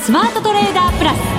スマートトレーダープラス。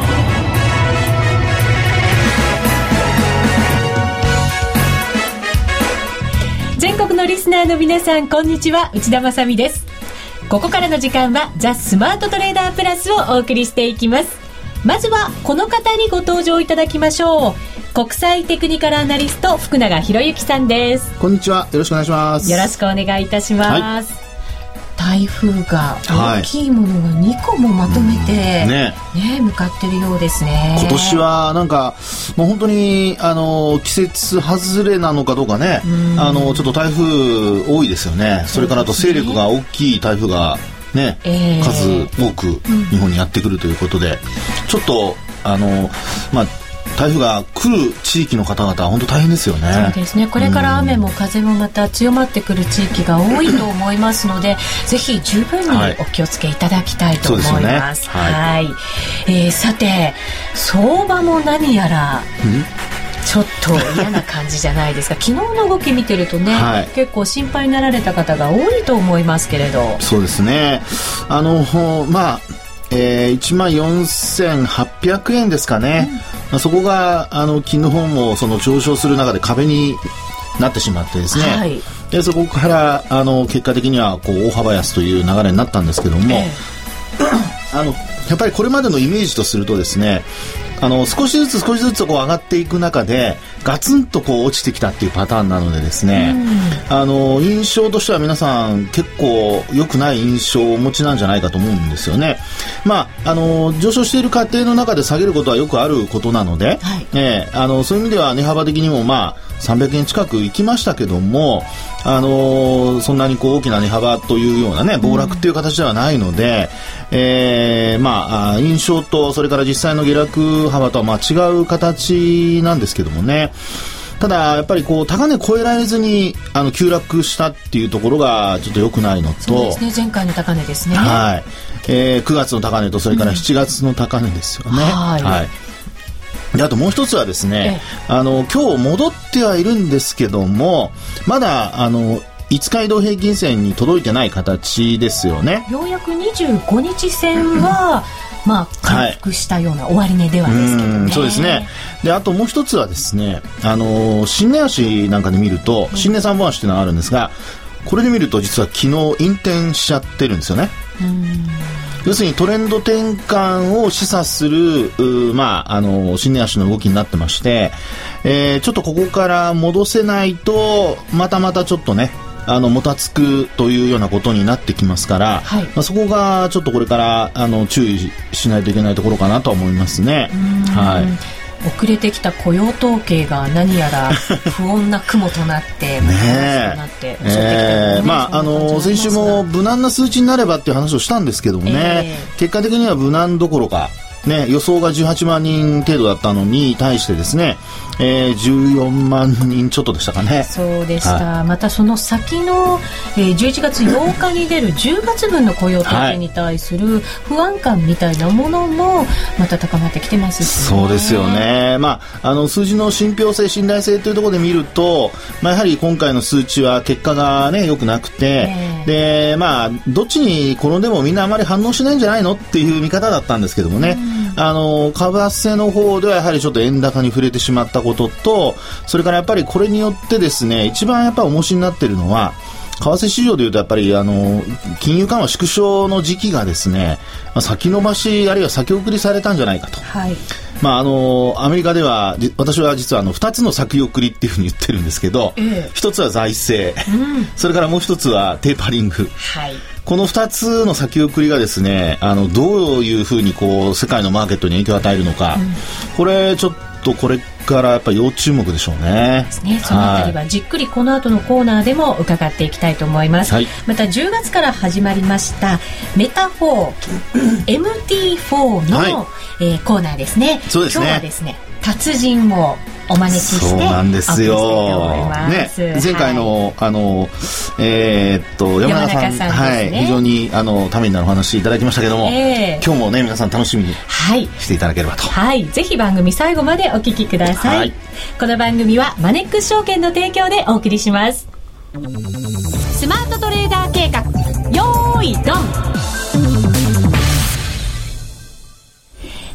全国のリスナーの皆さん、こんにちは、内田まさみです。ここからの時間はザ・スマートトレーダープラスをお送りしていきます。まずはこの方にご登場いただきましょう。国際テクニカルアナリスト、福永博之さんです。 こんにちは、よろしくお願いします。 よろしくお願いいたします、台風が大きいものが2個もまとめて、向かってるようですね。 今年はなんかもう本当に季節外れなのかどうかね、ちょっと台風多いですよね。それからあと勢力が大きい台風がね、数多く日本にやってくるということで、ちょっと台風が来る地域の方々は本当大変ですよね。 そうですね。これから雨も風もまた強まってくる地域が多いと思いますので、ぜひ十分にお気をつけいただきたいと思います。さて、相場も何やらちょっと嫌な感じじゃないですか。昨日の動き見てるとね、結構心配になられた方が多いと思いますけれど。 そうですね。14,800 円ですかね、そこが昨日もその上昇する中で壁になってしまってですね、でそこから結果的には大幅安という流れになったんですけども、やっぱりこれまでのイメージとするとですね、少しずつ上がっていく中でガツンと落ちてきたっていうパターンなのでですね、印象としては皆さん結構良くない印象をお持ちなんじゃないかと思うんですよね。上昇している過程の中で下げることはよくあることなので、そういう意味では値幅的にも300円近く行きましたけども、そんなに大きな値幅というようなね暴落という形ではないので、印象とそれから実際の下落幅とは違う形なんですけどもね。ただやっぱり高値超えられずに急落したっていうところがちょっと良くないのと、 そうですね、前回の高値ですね。 9月の高値とそれから7月の高値ですよね。であともう一つはですね、今日戻ってはいるんですけども、まだ5日移動平均線に届いてない形ですよね。 ようやく25日線は回復したような終値ではですけどね。 そうですね。であともう一つはですね、新値足なんかで見ると、新値3本足というのがあるんですが、これで見ると実は昨日引転しちゃってるんですよね。要するにトレンド転換を示唆する新値足の動きになってまして、ちょっとここから戻せないとまたちょっとねもたつくというようなことになってきますから、そこがちょっとこれから注意しないといけないところかなと思いますね。 遅れてきた雇用統計が何やら不穏な雲となって先週も無難な数値になればっていう話をしたんですけどもね、結果的には無難どころか予想が18万人程度だったのに対してですね、14万人ちょっとでしたかね。 そうでした、またその先の、11月8日に出る10月分の雇用統計に対する不安感みたいなものもまた高まってきてますしね。 そうですよね。数字の信憑性信頼性というところで見ると、やはり今回の数値は結果が良くなくて、でどっちに転んでもみんなあまり反応しないんじゃないのっていう見方だったんですけどもね、為替の方ではやはりちょっと円高に触れてしまったことと、それからやっぱりこれによってですね、一番やっぱり重しになっているのは、為替市場でいうとやっぱり金融緩和縮小の時期がですね、先延ばしあるいは先送りされたんじゃないかと。アメリカでは私は実は2つの先送りっていうふうに言ってるんですけど、一つは財政、それからもう一つはテーパリング、この2つの先送りがですね、どういうふうに世界のマーケットに影響を与えるのか、これちょっとこれからやっぱり要注目でしょうね。 そのあたりはじっくりこの後のコーナーでも伺っていきたいと思います。また10月から始まりましたメタ4 MT4 の、コーナーですね。 そうですね。 今日はですね、達人をお招きしてそうなんですよ、前回の、山中さん、非常にためになるお話いただきましたけども、今日もね皆さん楽しみにしていただければと、 ぜひ番組最後までお聞きください。この番組はマネックス証券の提供でお送りします。スマートトレーダー計画、よーいドン。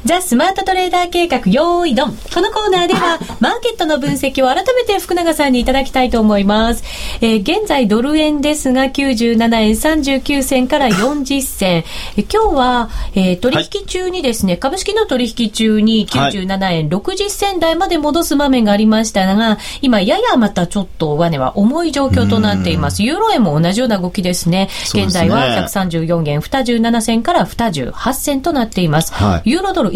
ザ・スマートトレーダー計画用意ドン。このコーナーではマーケットの分析を改めて福永さんにいただきたいと思います。現在ドル円ですが97円39銭から40銭。今日は、取引中にですね、株式の取引中に97円60銭台まで戻す場面がありましたが、今ややまたちょっと上値は重い状況となっています。ユーロ円も同じような動きですね。現在は134円27銭から28銭となっています。ユーロドル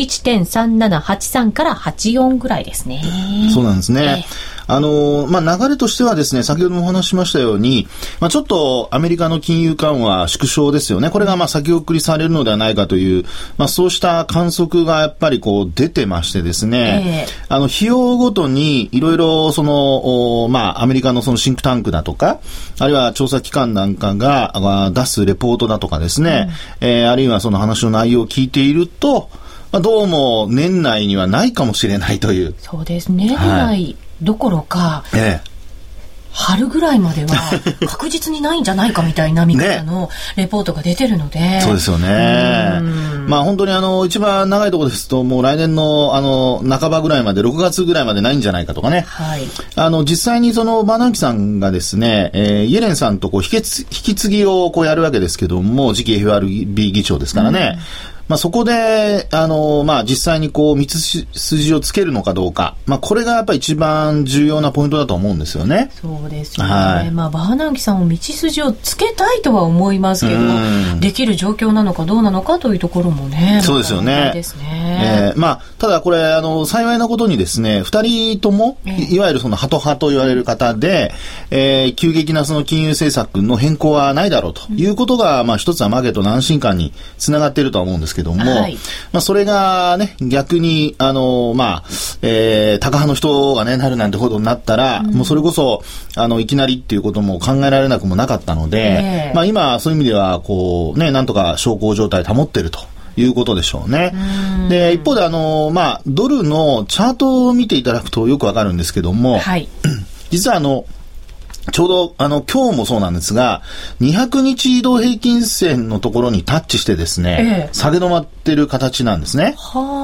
1.3783 から84ぐらいですね。 そうなんですね。流れとしてはですね、先ほどもお話ししましたように、ちょっとアメリカの金融緩和縮小ですよね。これが先送りされるのではないかという、そうした観測がやっぱり出てましてですね、費用ごとにいろいろアメリカのシンクタンクだとか、あるいは調査機関なんかが出すレポートだとかですね、あるいはその話の内容を聞いていると、どうも年内にはないかもしれないという。 そうですね。年内どころか、春ぐらいまでは確実にないんじゃないかみたいな見方のレポートが出てるので、 そうですよね。本当に一番長いところですと、もう来年の半ばぐらいまで、6月ぐらいまでないんじゃないかとかね。実際にバーナンキさんがですね、イエレンさんと引き継ぎをやるわけですけども、次期 FRB 議長ですからね。そこで、実際に道筋をつけるのかどうか。これがやっぱり一番重要なポイントだと思うんですよね。 そうですよね。バーナンキさんも道筋をつけたいとは思いますけど、できる状況なのかどうなのかというところもね。 そうですよね。ただこれ、幸いなことにですね、二人とも、いわゆるハト派と言われる方で、急激な金融政策の変更はないだろうということが、一つはマーケットの安心感につながっているとは思うんですけども、それがね、逆にタカ派の人がねなるなんてことになったら、もうそれこそいきなりっていうことも考えられなくもなかったので、今そういう意味ではなんとか小康状態保っているということでしょうね。で、一方でドルのチャートを見ていただくとよくわかるんですけども、実はちょうど今日もそうなんですが、200日移動平均線のところにタッチしてですね、下げ止まってる形なんですね。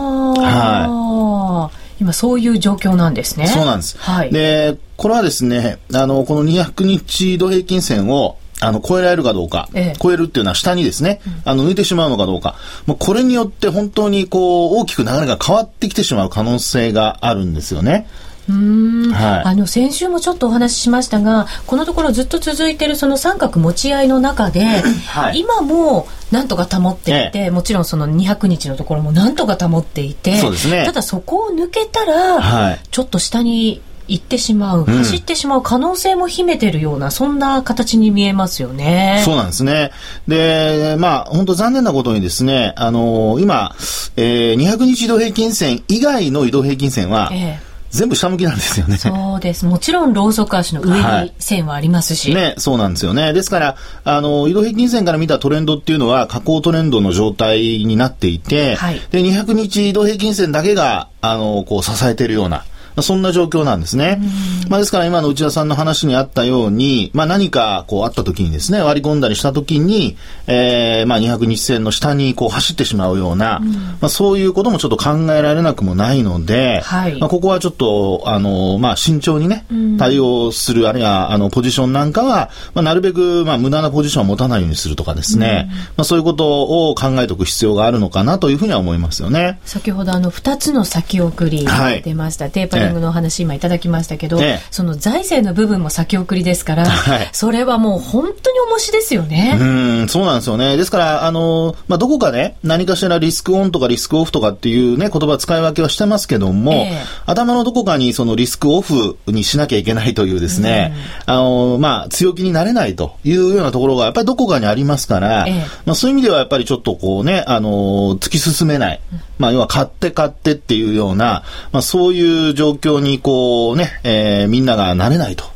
今そういう状況なんですね。 そうなんです。で、これはですね、この200日移動平均線を超えられるかどうか、超えるっていうのは下にですね、抜いてしまうのかどうか、もうこれによって本当に大きく流れが変わってきてしまう可能性があるんですよね。 先週もちょっとお話ししましたが、このところずっと続いているその三角持ち合いの中で、今もなんとか保っていて、もちろんその200日のところもなんとか保っていて、ただそこを抜けたら、ちょっと下に行ってしまう、走ってしまう可能性も秘めてるような、そんな形に見えますよね。 そうなんですね。で、本当残念なことにですね、今、200日移動平均線以外の移動平均線は、全部下向きなんですよね。 そうです。もちろんローソク足の上に線はありますし、 そうなんですよね。ですから移動平均線から見たトレンドっていうのは下降トレンドの状態になっていて、で200日移動平均線だけが支えているような、そんな状況なんですね。ですから今の内田さんの話にあったように、何かあった時にですね、割り込んだりした時に、200日線の下に走ってしまうような、そういうこともちょっと考えられなくもないので、ここはちょっと慎重にね、対応する、あるいはポジションなんかは、なるべく無駄なポジションを持たないようにするとかですね、そういうことを考えておく必要があるのかなというふうには思いますよね。 先ほど2つの先送り出ました。テーパリングのお話今いただきましたけど、その財政の部分も先送りですから、それはもう本当に重しですよね。 そうなんですよね。ですからどこかね、何かしらリスクオンとかリスクオフとかっていうね、言葉使い分けはしてますけども、頭のどこかにそのリスクオフにしなきゃいけないというですね、強気になれないというようなところがやっぱりどこかにありますから、そういう意味ではやっぱりちょっと突き進めない、要は買ってっていうような、そういう状況にみんなが慣れないと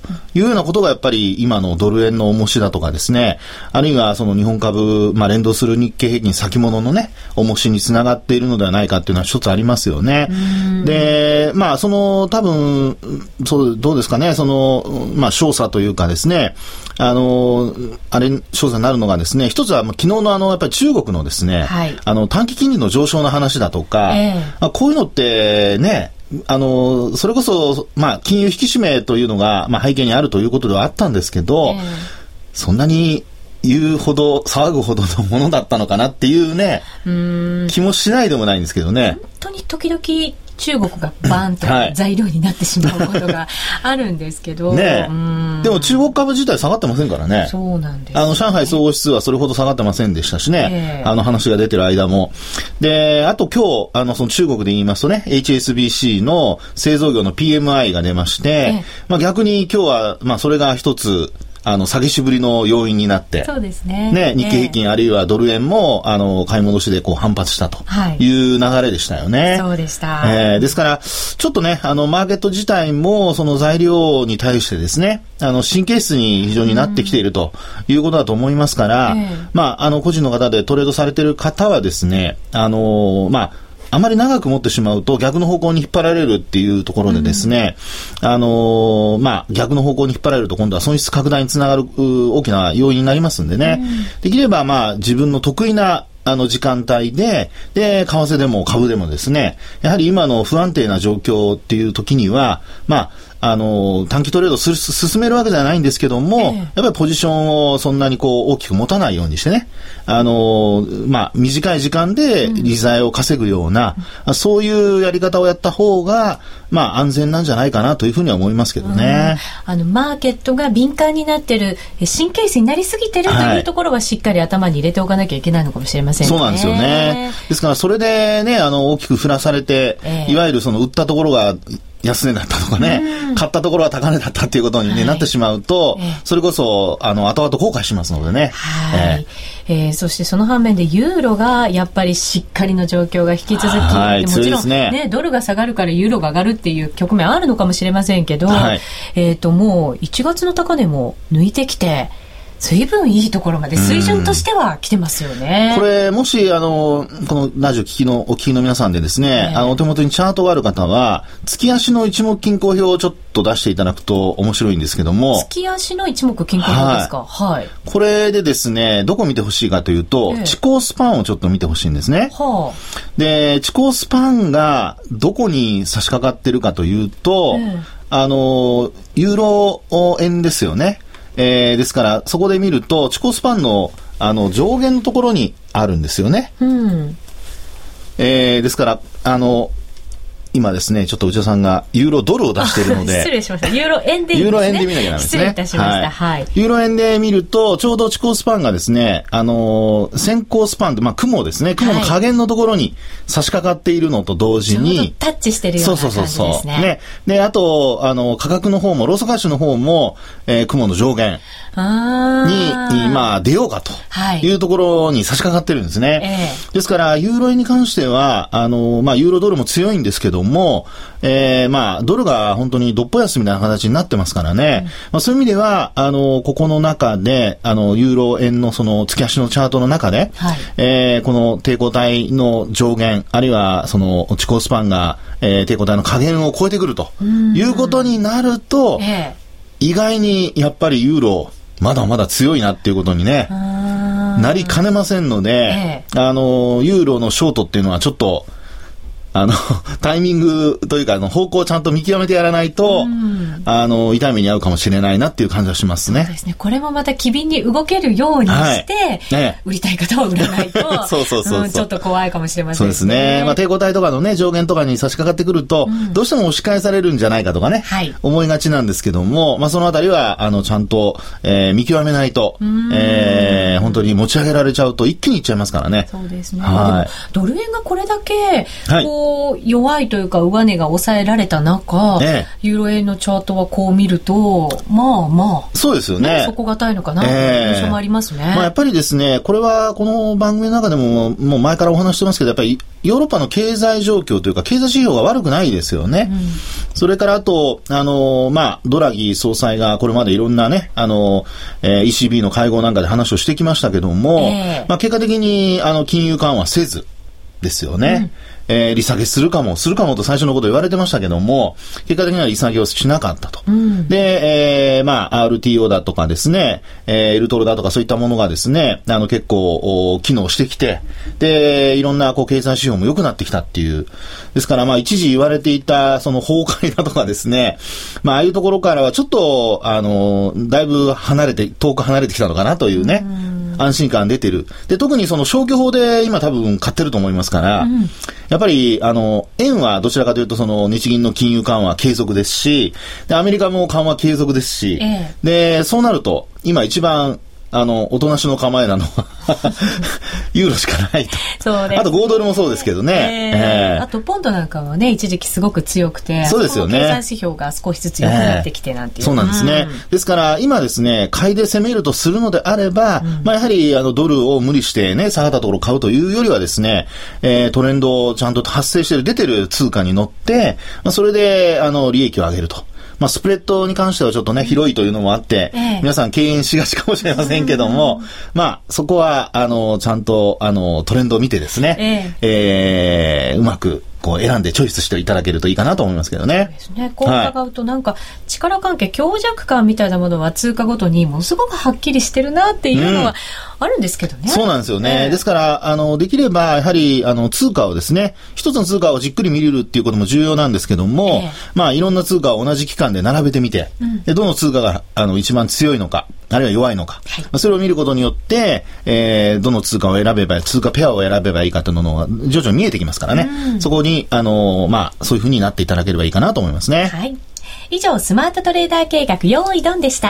いうようなことがやっぱり今のドル円の重しだとかですね、あるいはその日本株、連動する日経平均先物のね、重しにつながっているのではないかっていうのは一つありますよね。で、その多分、どうですかね、その、勝査というかですね、勝査になるのがですね、一つは昨日のやっぱり中国のですね、はい、短期金利の上昇の話だとか、こういうのってね、それこそ、金融引き締めというのが、背景にあるということではあったんですけど、そんなに言うほど、騒ぐほどのものだったのかなっていうね、気もしないでもないんですけどね。 本当に時々、中国がバーンと材料になってしまうことがあるんですけど、 ね、でも中国株自体下がってませんからね。 そうなんです、ね、 上海総合指数はそれほど下がってませんでしたしね、話が出てる間も。で、あと今日その中国で言いますとね、 HSBC の製造業の PMI が出まして、逆に今日はそれが一つ下げしぶりの要因になって、 そうですね。 日経平均あるいはドル円も、買い戻しで反発したという流れでしたよね。 そうでした。 ですから、ちょっとね、マーケット自体も、その材料に対してですね、神経質に非常になってきているということだと思いますから、個人の方でトレードされている方はですね、あまり長く持ってしまうと逆の方向に引っ張られるっていうところでですね、逆の方向に引っ張られると今度は損失拡大につながる大きな要因になりますんでね、できれば自分の得意な時間帯で、為替でも株でもですね、やはり今の不安定な状況っていう時には、短期トレード進めるわけではないんですけども、やっぱりポジションをそんなに大きく持たないようにしてね、短い時間で利材を稼ぐような、そういうやり方をやった方が、安全なんじゃないかなというふうには思いますけどね。 マーケットが敏感になってる、神経質になりすぎてるというところはしっかり頭に入れておかなきゃいけないのかもしれませんね。 そうなんですよね。ですからそれでね、大きく振らされて、いわゆるその売ったところが安値だったとかね、買ったところは高値だったっていうことに、なってしまうと、それこそ後々後悔しますのでね。 そしてその反面でユーロがやっぱりしっかりの状況が引き続き、もちろんね、ドルが下がるからユーロが上がるっていう局面あるのかもしれませんけど、もう1月の高値も抜いてきて、随分いいところまで水準としては来てますよね。 これもしこのラジオお聞きの皆さんでですね、お手元にチャートがある方は月足の一目均衡表をちょっと出していただくと面白いんですけども、 月足の一目均衡表ですか。はい。 これでですね、どこ見てほしいかというと、地高スパンをちょっと見てほしいんですね。で、地高スパンがどこに差し掛かってるかというと、ユーロ円ですよね。ですからそこで見ると地高スパンの上限のところにあるんですよね。ですから今ですね、ちょっと内田さんがユーロドルを出しているので失礼しました。ユーロ円でいいですね。 ユーロ円で見なきゃダメですね。 失礼いたしました。はい。 ユーロ円で見るとちょうど地高スパンがですね、先行スパンで雲ですね、雲の下限のところに差し掛かっているのと同時に、 ちょうどタッチしてるような感じですね。 そうね。で、あと価格の方もローソク足の方も、雲の上限に出ようかというところに差し掛かってるんですね。ですからユーロ円に関してはユーロドルも強いんですけども、ドルが本当にどっぽ安みたいな形になってますからね、そういう意味ではここの中でユーロ円のその月足のチャートの中で、この抵抗体の上限あるいはその地高スパンが、抵抗体の下限を超えてくるということになると、意外にやっぱりユーロまだまだ強いなっていうことにねなりかねませんので、ユーロのショートっていうのはちょっとタイミングというか方向をちゃんと見極めてやらないと、痛い目に遭うかもしれないなっていう感じはしますね。 そうですね。これもまた機敏に動けるようにして、売りたい方は売らないとちょっと怖いかもしれませんね。 そうですね。抵抗体とかのね上限とかに差し掛かってくると、どうしても押し返されるんじゃないかとかね、思いがちなんですけども、そのあたりはちゃんと、見極めないと、本当に持ち上げられちゃうと一気にいっちゃいますからね。 そうですね。でもドル円がこれだけこう弱いというか上値が抑えられた中、ユーロ円のチャートはこう見るとまあそうですよね、 底堅いのかなという印象もありますね。 やっぱりですね、これはこの番組の中でももう前からお話してますけど、やっぱりヨーロッパの経済状況というか経済指標が悪くないですよね。それからあとドラギ総裁がこれまでいろんなねECB の会合なんかで話をしてきましたけども、結果的に金融緩和せずですよね。利下げするかもと最初のこと言われてましたけども、結果的には利下げをしなかったと。で、RTO だとかですね、エルトロだとかそういったものがですね、結構機能してきて、で、いろんな経済指標も良くなってきたっていう。ですから一時言われていたその崩壊だとかですね、ああいうところからはちょっとだいぶ遠く離れてきたのかなというね。安心感出てる。で、特にその消去法で今多分買ってると思いますから、やっぱり、円はどちらかというとその日銀の金融緩和継続ですし、で、アメリカも緩和継続ですし、で、そうなると、今一番、おとなしの構えなのはユーロしかないと。 そうです。 あと5ドルもそうですけどね。 あとポンドなんかはね、一時期すごく強くて、 そうですよね。 経済指標が少しずつ良くなってきてなんていう。 そうなんですね。ですから今ですね、買いで攻めるとするのであれば、やはりドルを無理してね、下がったところを買うというよりはですね、トレンドをちゃんと発生している、出てる通貨に乗って、それで利益を上げると。スプレッドに関してはちょっとね、広いというのもあって、皆さん敬遠しがちかもしれませんけども、そこは、ちゃんと、トレンドを見てですね、うまく、選んでチョイスしていただけるといいかなと思いますけどね。 そうですね。こう伺うとなんか力関係、強弱感みたいなものは通貨ごとにものすごくはっきりしてるなっていうのはあるんですけどね。 そうなんですよね。ですからできればやはり通貨をですね、一つの通貨をじっくり見れるっていうことも重要なんですけども、いろんな通貨を同じ期間で並べてみて、でどの通貨が一番強いのか、あるいは弱いのか、それを見ることによって、どの通貨を選べば、通貨ペアを選べばいいかというのが徐々に見えてきますからね。そこにそういう風になっていただければいいかなと思いますね。 はい。以上、スマートトレーダー計画用意ドンでした。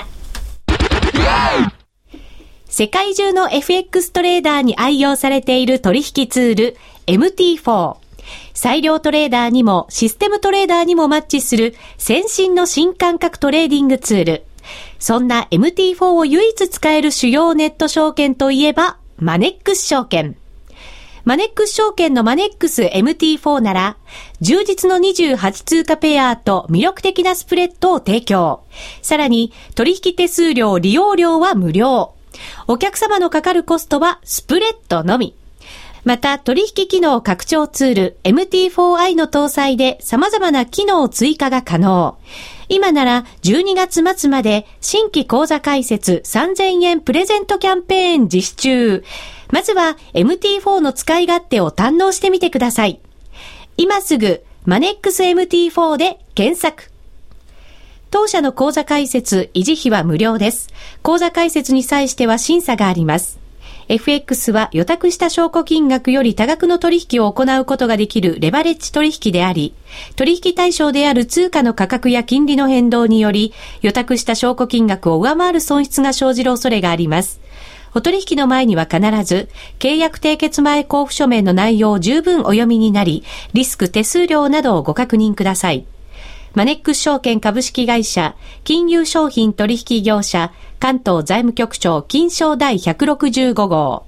世界中の FX トレーダーに愛用されている取引ツール MT4。裁量トレーダーにもシステムトレーダーにもマッチする先進の新感覚トレーディングツール。そんな MT4 を唯一使える主要ネット証券といえばマネックス証券。マネックス証券のマネックス MT4 なら、充実の28通貨ペアと魅力的なスプレッドを提供。さらに、取引手数料、利用料は無料。お客様のかかるコストはスプレッドのみ。また、取引機能拡張ツール MT4i の搭載で様々な機能追加が可能。今なら12月末まで新規口座開設3000円プレゼントキャンペーン実施中。まずは MT4 の使い勝手を堪能してみてください。今すぐマネックス MT4 で検索。当社の口座開設維持費は無料です。口座開設に際しては審査があります。FX は予託した証拠金額より多額の取引を行うことができるレバレッジ取引であり、取引対象である通貨の価格や金利の変動により、予託した証拠金額を上回る損失が生じる恐れがあります。お取引の前には必ず、契約締結前交付書面の内容を十分お読みになり、リスク手数料などをご確認ください。マネックス証券株式会社、金融商品取引業者、関東財務局長金商第165号。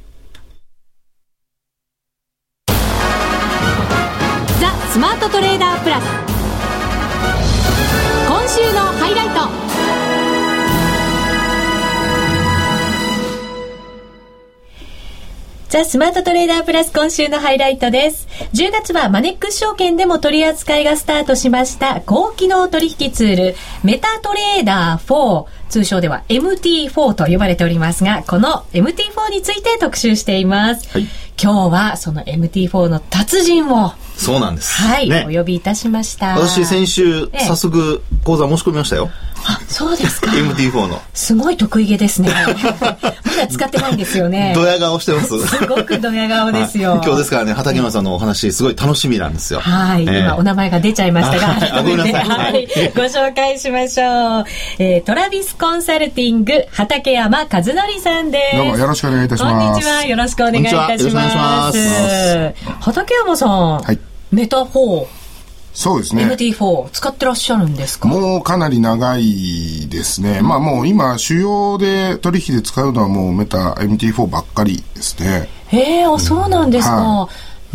ザ・スマートトレーダープラス。今週のハイライト。ザ・スマートトレーダープラス今週のハイライトです。10月はマネックス証券でも取り扱いがスタートしました高機能取引ツールメタトレーダー4、通称では MT4 と呼ばれておりますが、この MT4 について特集しています。はい、今日はその MT4 の達人をそうなんです、 はいね、お呼びいたしました。 私先週早速講座申し込みましたよ。 あ、そうですか。 MT4 のすごい得意げですね。まだ使ってないんですよね。 ドヤ顔してます。 すごくドヤ顔ですよ。 今日ですからね、畠山さんのお話すごい楽しみなんですよ。 はい、今お名前が出ちゃいましたが、 改めて、 はい、ご紹介しましょう。トラビスコンサルティング畠山和則さんです。 どうもよろしくお願いいたします。 こんにちは、よろしくお願いいたします。畠山さん、 はい、 メタ4、 そうですね。 MT4 使ってらっしゃるんですか？ もうかなり長いですね。まあもう今主要で取引で使うのはもうメタ MT4 ばっかりですね。 そうなんですか。はい、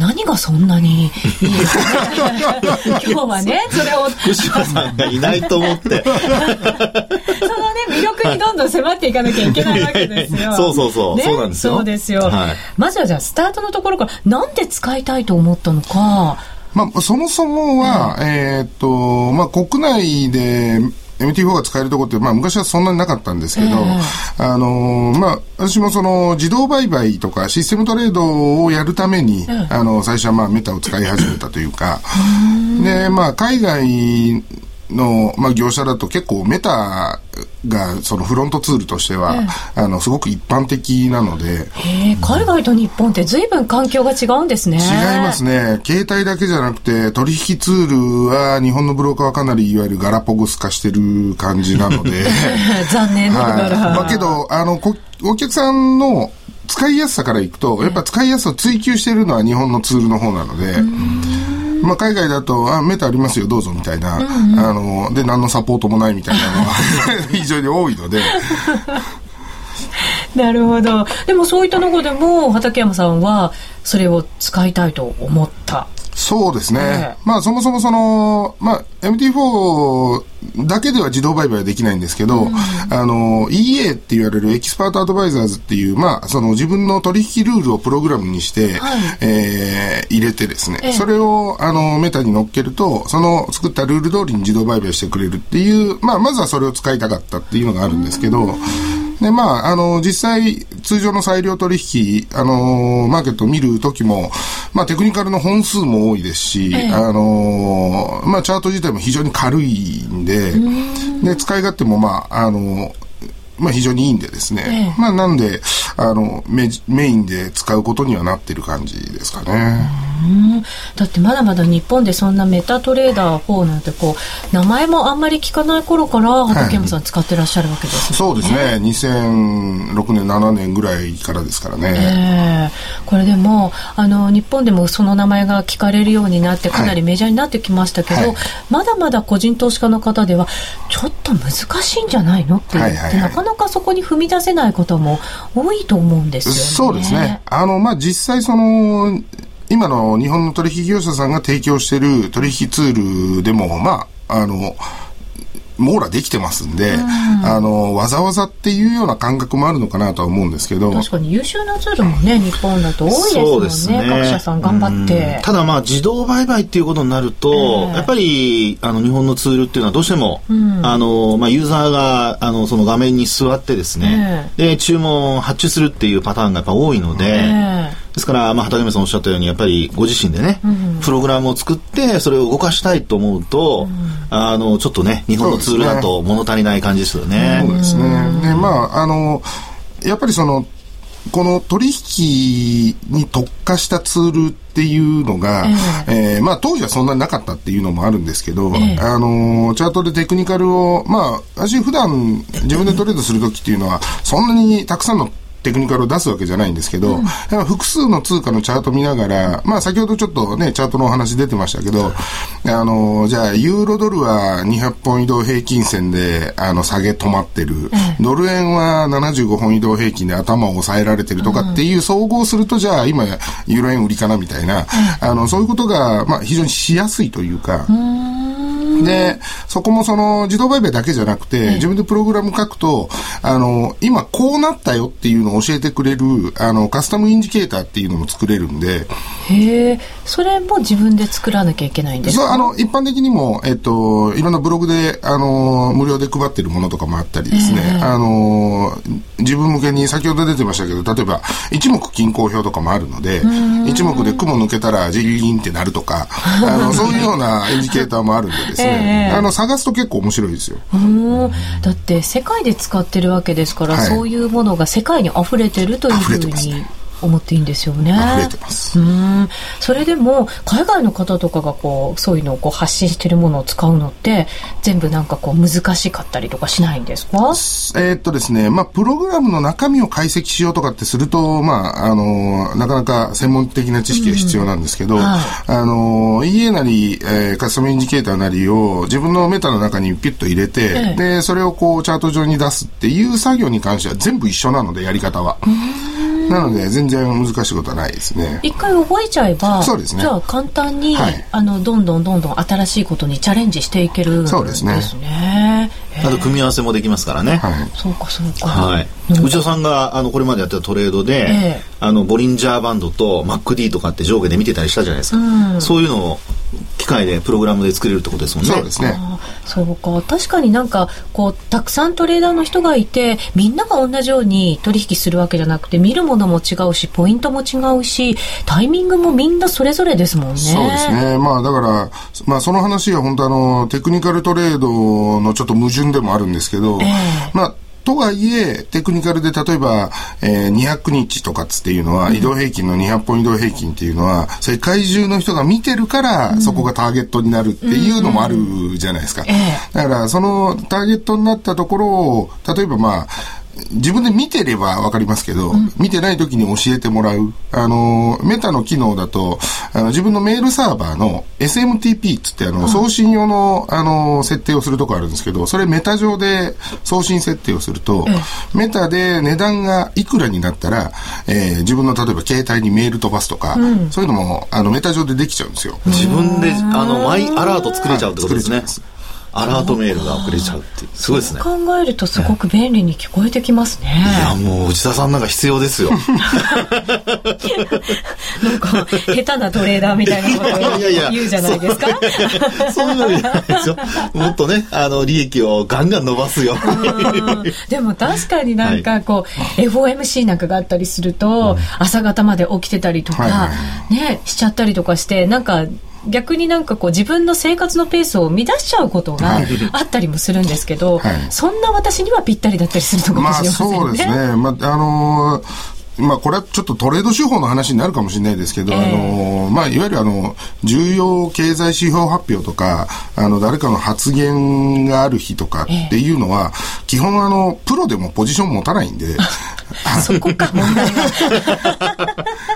何がそんなにいいですかね。今日はね、それを福島さんがいないと思ってそのね、 魅力にどんどん迫っていかなきゃいけないわけですよ。 そう、 ね、 そうなんですよ。 そうですよ。 はい、 まずはじゃあスタートのところからなんで使いたいと思ったのか。 まあそもそもは、まあ国内でMT4 が使えるところって、まあ昔はそんなになかったんですけど、まあ私もその自動売買とかシステムトレードをやるために、最初はまあメタを使い始めたというか、で、まあ海外の、まあ、業者だと結構メタがそのフロントツールとしては、すごく一般的なので、 海外と日本って随分環境が違うんですね。 違いますね。携帯だけじゃなくて取引ツールは日本のブローカーはかなりいわゆるガラポゴス化してる感じなので残念ながら、 まあ、けどお客さんの使いやすさからいくとやっぱ使いやすさを追求しているのは日本のツールの方なので、まあ、海外だとメタありますよどうぞみたいな、で何のサポートもないみたいなのが非常に多いのでなるほど。でもそういったところでも畠山さんはそれを使いたいと思った。 そうですね。まあそもそもその、まあ MT4 だけでは自動売買はできないんですけど、EA って言われるエキスパートアドバイザーズっていう、まあその自分の取引ルールをプログラムにして、入れてですね、それをメタに乗っけると、その作ったルール通りに自動売買してくれるっていう、まあまずはそれを使いたかったっていうのがあるんですけど、で、まあ、実際、通常の裁量取引、マーケットを見るときも、まあ、テクニカルの本数も多いですし、まあ、チャート自体も非常に軽いんで、で、使い勝手も、まあ、まあ、非常にいいんでですね。まあ、なんで、メインで使うことにはなってる感じですかね。 だってまだまだ日本でそんなメタトレーダー4なんてこう名前もあんまり聞かない頃から畠山さん使ってらっしゃるわけですね。 そうですね。2006年7年ぐらいからですからね。 これでも日本でもその名前が聞かれるようになってかなりメジャーになってきましたけど、まだまだ個人投資家の方ではちょっと難しいんじゃないのって言って、なかなかそこに踏み出せない方も多いと思うんですよね。 そうですね。まあ、実際その今の日本の取引業者さんが提供している取引ツールでも、まあ、網羅できてますんで、わざわざっていうような感覚もあるのかなとは思うんですけど。 確かに優秀なツールもね、日本だと多いですもんね。そうですね。各社さん頑張って。 ただまあ、自動売買っていうことになると、やっぱり、日本のツールっていうのはどうしても、まあ、ユーザーが、その画面に座ってですね、で、注文を発注するっていうパターンがやっぱ多いので、ですから、まあ、畠山さんおっしゃったように、やっぱりご自身でね、プログラムを作って、それを動かしたいと思うと、ちょっとね、日本のツールだと物足りない感じですよね。 そうですね。で、まあ、やっぱりこの取引に特化したツールっていうのが、まあ当時はそんなになかったっていうのもあるんですけど、チャートでテクニカルを、まあ、私普段自分でトレードするときっていうのは、そんなにたくさんのテクニカルを出すわけじゃないんですけど、複数の通貨のチャート見ながら、まあ先ほどちょっとね、チャートのお話出てましたけど、じゃあ、ユーロドルは200本移動平均線で、下げ止まってる。ドル円は75本移動平均で頭を抑えられてるとかっていう総合すると、じゃあ今、ユーロ円売りかなみたいな、そういうことが、まあ非常にしやすいというか、で、そこもその自動売買だけじゃなくて、自分でプログラム書くと、今こうなったよっていうのを教えてくれる、カスタムインジケーターっていうのも作れるんで。 それも自分で作らなきゃいけないんですか？ そう、一般的にも、いろんなブログで、無料で配ってるものとかもあったりですね、自分向けに先ほど出てましたけど、例えば、一目均衡表とかもあるので、一目で雲抜けたらジリンってなるとか、そういうようなインジケーターもあるんでですね、探すと結構面白いですよ。 だって世界で使ってるわけですから、そういうものが世界に溢れてるというふうに思っていいんですよね。 溢れてます。 それでも海外の方とかがそういうのを発信しているものを使うのって全部なんか難しかったりとかしないんですか？ ですね、プログラムの中身を解析しようとかってすると、なかなか専門的な知識が必要なんですけど、EA なり、カスタムインジケーターなりを自分のメタの中にピュッと入れて、で、それをチャート上に出すっていう作業に関しては全部一緒なので、やり方は。なので全然難しいことはないですね。 一回覚えちゃえば、 そうですね、 じゃあ簡単に、どんどん新しいことにチャレンジしていけるんですね。 そうですね。 あと組み合わせもできますからね。 そうかそうか。 はい。内田さんがこれまでやってたトレードで、ボリンジャーバンドと MACD とかって上下で見てたりしたじゃないですか。そういうのを機械でプログラムで作れるってことですもんね。 そうですね。 そうか。確かになんかたくさんトレーダーの人がいて、みんなが同じように取引するわけじゃなくて、見るものも違うし、ポイントも違うし、タイミングもみんなそれぞれですもんね。 そうですね。だから、その話は本当テクニカルトレードのちょっと矛盾でもあるんですけど、とはいえ、テクニカルで例えば、200日とかっていうのは、移動平均の200本移動平均っていうのは、世界中の人が見てるから、そこがターゲットになるっていうのもあるじゃないですか。だから、そのターゲットになったところを、例えば自分で見てればわかりますけど、見てない時に教えてもらう。メタの機能だと、自分のメールサーバーの SMTP つって送信用の、設定をするとこあるんですけど、それメタ上で送信設定をすると、メタで値段がいくらになったら、自分の例えば携帯にメール飛ばすとか、そういうのも、メタ上でできちゃうんですよ。 自分で、マイアラート作れちゃうってことですね。アラートメールが送れちゃうってすごいですね。 そう考えるとすごく便利に聞こえてきますね。 いやもう内田さんなんか必要ですよ。 なんか下手なトレーダーみたいなことを言うじゃないですか。 そういうわけじゃないですよ。もっとね利益をガンガン伸ばすよ。 でも確かになんかFOMC なんかがあったりすると、朝方まで起きてたりとか、しちゃったりとかして、なんか逆になんか自分の生活のペースを乱しちゃうことがあったりもするんですけど、そんな私にはぴったりだったりするのかもしれませんね。 そうですね。これはちょっとトレード手法の話になるかもしれないですけど、いわゆる重要経済指標発表とか、誰かの発言がある日とかっていうのは、基本プロでもポジション持たないんで、 そこか問題は。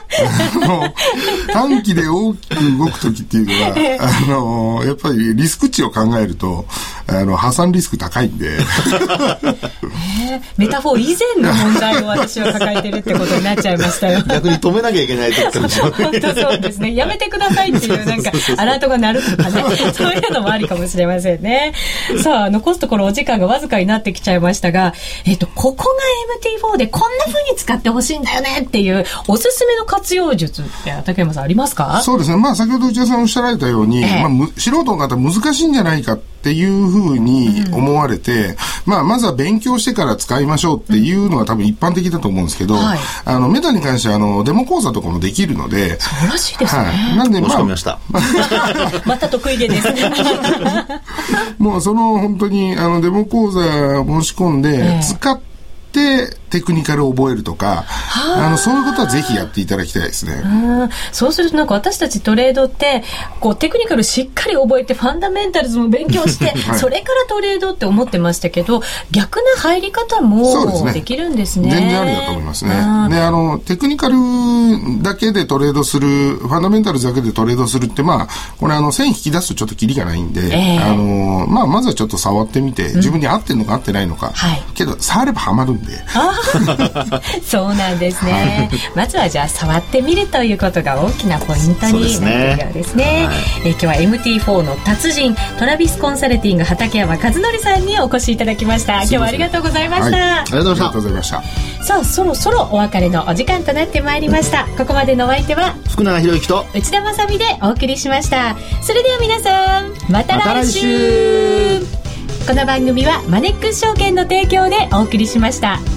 短期で大きく動くときっていうのは、やっぱりリスク値を考えると、破産リスク高いんで。 メタフォー以前の問題を私は抱えてるってことになっちゃいましたよ。 逆に止めなきゃいけないときかもしれない。 本当そうですね。やめてくださいっていうなんかアラートが鳴るとかね、そういうのもありかもしれませんね。さあ残すところお時間がわずかになってきちゃいましたが、ここが MT4 でこんな風に使ってほしいんだよねっていうおすすめの活用術って竹山さんありますか？ そうですね。先ほど内田さんおっしゃられたように、素人の方難しいんじゃないかっていうふうに思われて、まずは勉強してから使いましょうっていうのが多分一般的だと思うんですけど、メタに関してはデモ講座とかもできるので、 素晴らしいですね。 なんで申し込みました。 また得意げですね。 もう本当にデモ講座申し込んで、使ってテクニカルを覚えるとか、そういうことはぜひやっていただきたいですね。 そうするとなんか私たちトレードってテクニカルしっかり覚えてファンダメンタルズも勉強して、それからトレードって思ってましたけど、逆な入り方もできるんですね。 全然ありだと思いますね。でテクニカルだけでトレードする、ファンダメンタルズだけでトレードするってこれ線引き出すとちょっとキリがないんで、まずはちょっと触ってみて、自分に合ってるのか合ってないのか、けど触ればハマるんで。 そうなんですね。まずはじゃあ触ってみるということが大きなポイントになっているようですね。今日は MT4 の達人トラビスコンサルティング畠山和則さんにお越しいただきました。今日はありがとうございました。 ありがとうございました。 さあそろそろお別れのお時間となってまいりました。ここまでのお相手は福永博之と内田まさみでお送りしました。それでは皆さんまた来週。この番組はマネックス証券の提供でお送りしました。